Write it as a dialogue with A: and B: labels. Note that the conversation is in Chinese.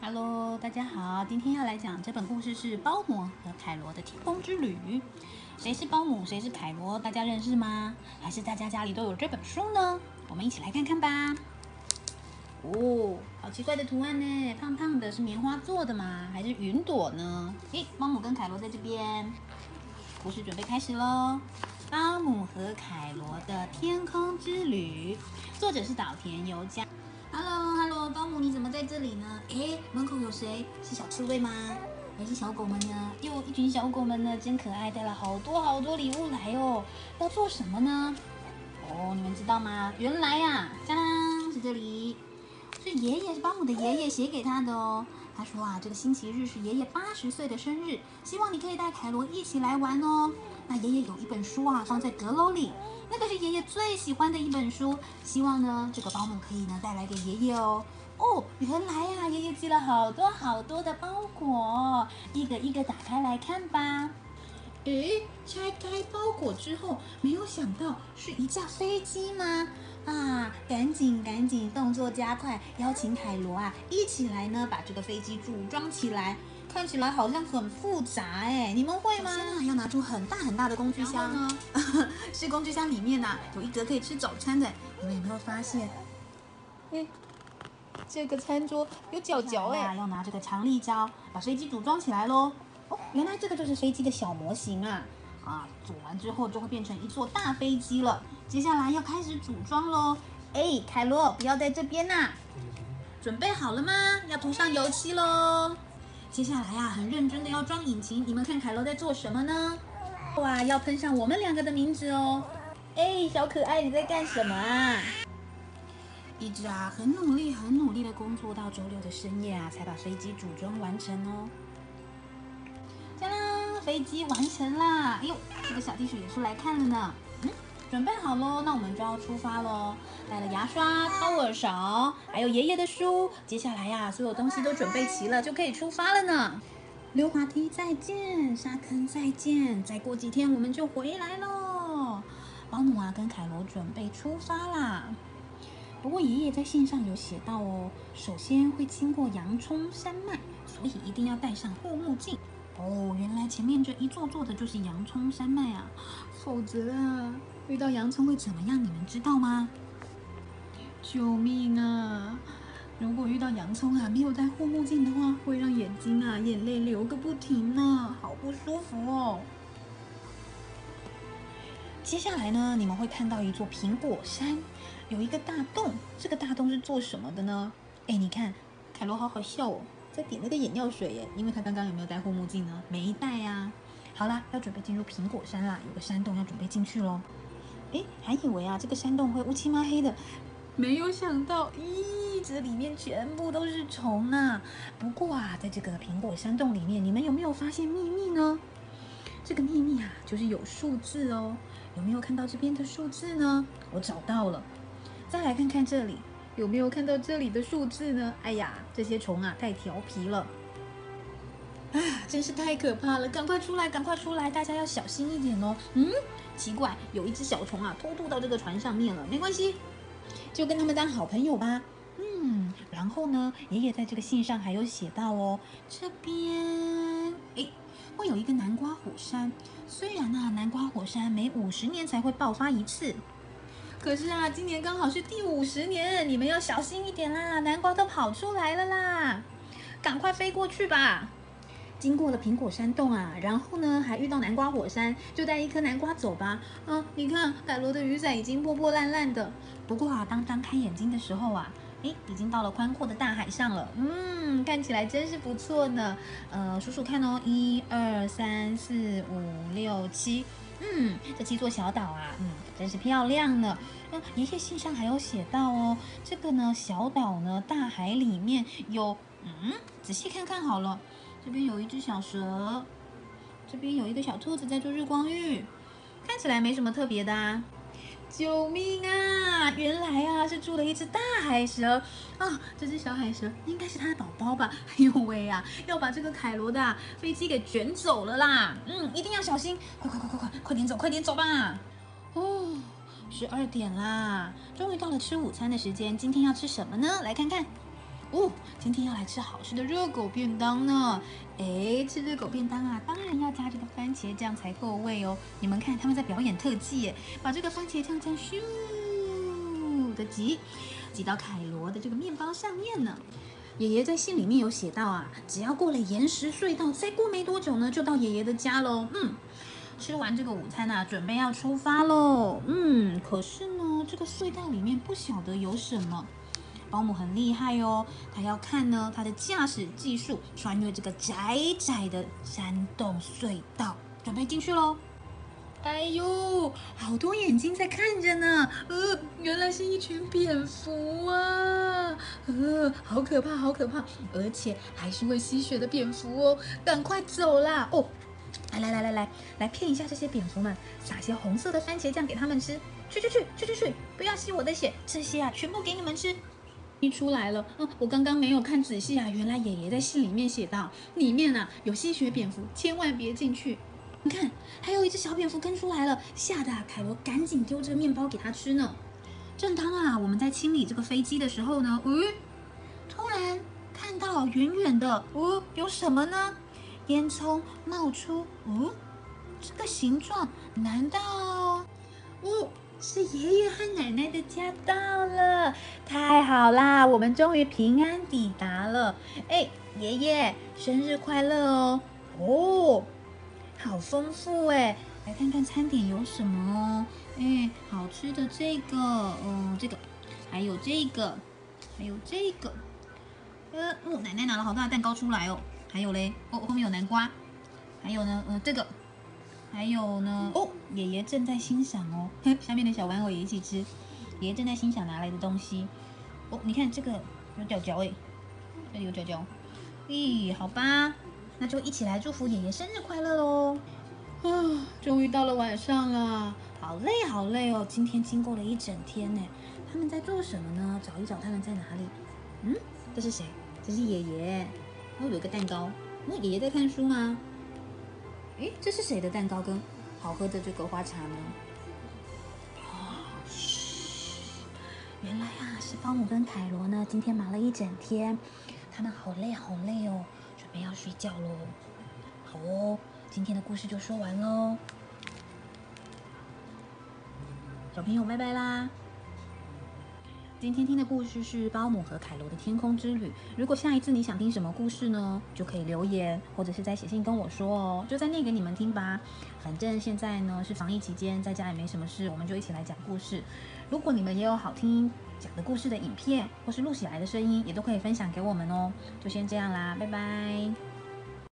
A: Hello，大家好，今天要来讲这本故事是包姆和凯罗的天空之旅。谁是包姆，谁是凯罗？大家认识吗？还是大家家里都有这本书呢？我们一起来看看吧。哦，好奇怪的图案呢，胖胖的，是棉花做的吗？还是云朵呢？诶，包姆跟凯罗在这边，故事准备开始喽。包姆和凯罗的天空之旅，作者是岛田由佳。Hello，包姆，你怎么在这里呢？诶，门口有谁？是小刺猬吗？还是小狗们呢？哟，一群小狗们呢，真可爱，带了好多礼物来哦。要做什么呢？哦，你们知道吗？原来呀，当当，是这里，是包姆的爷爷写给他的哦。他说啊，这个星期日是爷爷80岁的生日，希望你可以带凯罗一起来玩哦。那爷爷有一本书啊，放在阁楼里，那个是爷爷最喜欢的一本书，希望呢这个包姆可以呢带来给爷爷哦。哦，原来呀，爷爷寄了好多的包裹，一个一个打开来看吧。诶，拆开包裹之后，没有想到是一架飞机吗？啊，赶紧，动作加快，邀请凯罗啊一起来呢，把这个飞机组装起来。看起来好像很复杂哎，你们会吗？首先啊，要拿出很大的工具箱呢，是工具箱里面啊有一格可以吃早餐的。你们有没有发现？诶，这个餐桌有角角哎，要拿这个强力胶把飞机组装起来咯。哦，原来这个就是飞机的小模型啊！组完之后就会变成一座大飞机了。接下来要开始组装咯。哎，凯罗，不要在这边呐！准备好了吗？要涂上油漆咯。接下来啊，很认真的要装引擎。你们看凯罗在做什么呢？哇，要喷上我们两个的名字哦。哎，小可爱，你在干什么啊？一直啊，很努力的工作到周六的深夜啊，才把飞机组装完成哦。当当，飞机完成啦！哎呦，这个小地鼠也出来看了呢。准备好咯，那我们就要出发咯。带了牙刷、掏耳勺，还有爷爷的书。接下来呀，所有东西都准备齐了，就可以出发了呢。溜滑梯再见，沙坑再见，再过几天我们就回来咯。保姆啊跟凯罗准备出发啦。不过爷爷在信上有写到哦，首先会经过洋葱山脉，所以一定要戴上护目镜。哦，原来前面这一座座的就是洋葱山脉啊，否则啊，遇到洋葱会怎么样？你们知道吗？救命啊！如果遇到洋葱啊，没有戴护目镜的话，会让眼睛啊眼泪流个不停呢，好不舒服哦。接下来呢，你们会看到一座苹果山，有一个大洞，这个大洞是做什么的呢？哎，你看，凯罗好笑哦。在点那个眼药水耶，因为他刚刚有没有戴护目镜呢？没戴呀。好啦，要准备进入苹果山啦，有个山洞要准备进去咯。诶，还以为啊这个山洞会乌漆嘛黑的，没有想到，咦，这里面全部都是虫啊。不过啊，在这个苹果山洞里面，你们有没有发现秘密呢？这个秘密啊，就是有数字哦。有没有看到这边的数字呢？我找到了。再来看看这里。有没有看到这里的数字呢？哎呀，这些虫啊太调皮了，真是太可怕了！赶快出来，大家要小心一点哦。奇怪，有一只小虫啊偷渡到这个船上面了，没关系，就跟他们当好朋友吧。然后呢，爷爷在这个信上还有写到哦，这边会有一个南瓜火山，虽然啊南瓜火山每50年才会爆发一次。可是啊，今年刚好是第50年，你们要小心一点啦！南瓜都跑出来了啦，赶快飞过去吧！经过了苹果山洞啊，然后呢还遇到南瓜火山，就带一颗南瓜走吧。你看凯罗的雨伞已经破破烂烂的，不过啊，当张开眼睛的时候啊，已经到了宽阔的大海上了。看起来真是不错呢。数数看哦，1、2、3、4、5、6、7。这7座小岛啊，真是漂亮呢。爷爷信上还有写到哦，这个呢小岛呢大海里面有，仔细看看好了，这边有一只小蛇，这边有一个小兔子在做日光浴，看起来没什么特别的啊。救命啊！原来啊是住了一只大海蛇啊！这只小海蛇应该是它的宝宝吧？哎呦喂啊，要把这个凯罗的飞机给卷走了啦！一定要小心！快点走吧！哦，12点啦，终于到了吃午餐的时间。今天要吃什么呢？来看看。 哦，今天要来吃好吃的热狗便当呢。哎，吃热狗便当啊，当然要加这个番茄酱才够味哦。你们看，他们在表演特技耶，把这个番茄酱这样咻的挤到凯罗的这个面包上面呢。爷爷在信里面有写到啊，只要过了岩石隧道，再过没多久呢，就到爷爷的家喽。吃完这个午餐啊，准备要出发喽。可是呢，这个隧道里面不晓得有什么。保姆很厉害哦，他要看呢他的驾驶技术，穿越这个窄窄的山洞隧道，准备进去喽。哎呦，好多眼睛在看着呢，原来是一群蝙蝠啊，好可怕，好可怕，而且还是会吸血的蝙蝠哦，赶快走啦！哦，来骗一下这些蝙蝠们，撒些红色的番茄酱给他们吃，去，不要吸我的血，这些啊全部给你们吃。一出来了，我刚刚没有看仔细啊，原来爷爷在信里面写到，里面啊有吸血蝙蝠，千万别进去。你看，还有一只小蝙蝠跟出来了，吓得凯罗赶紧丢这个面包给他吃呢。正当啊我们在清理这个飞机的时候呢，突然看到远远的，有什么呢？烟囱冒出，这个形状，难道是爷爷和奶奶的家到了？太好啦，我们终于平安抵达了。爷爷生日快乐哦！好丰富哎，来看看餐点有什么哦。好吃的这个，这个，还有这个，还有这个。奶奶拿了好大的蛋糕出来哦。还有嘞，后面有南瓜。还有呢，这个。还有呢，爷爷正在欣赏哦，下面的小玩偶也一起吃。爷爷正在欣赏拿来的东西。你看这个有角角哎，这里有角角。好吧，那就一起来祝福爷爷生日快乐喽！终于到了晚上了，好累好累哦，今天经过了一整天呢。他们在做什么呢？找一找他们在哪里？这是谁？这是爷爷。有一个蛋糕。爷爷在看书吗？这是谁的蛋糕跟好喝的这个花茶呢？原来啊是保姆跟凯罗呢，今天忙了一整天，他们好累好累哦，准备要睡觉喽。好哦，今天的故事就说完喽，小朋友拜拜啦。今天听的故事是保姆和凯罗的天空之旅。如果下一次你想听什么故事呢，就可以留言或者是再写信跟我说哦，就再念给你们听吧。反正现在呢是防疫期间，在家也没什么事，我们就一起来讲故事。如果你们也有好听讲的故事的影片，或是录起来的声音，也都可以分享给我们哦。就先这样啦，拜拜。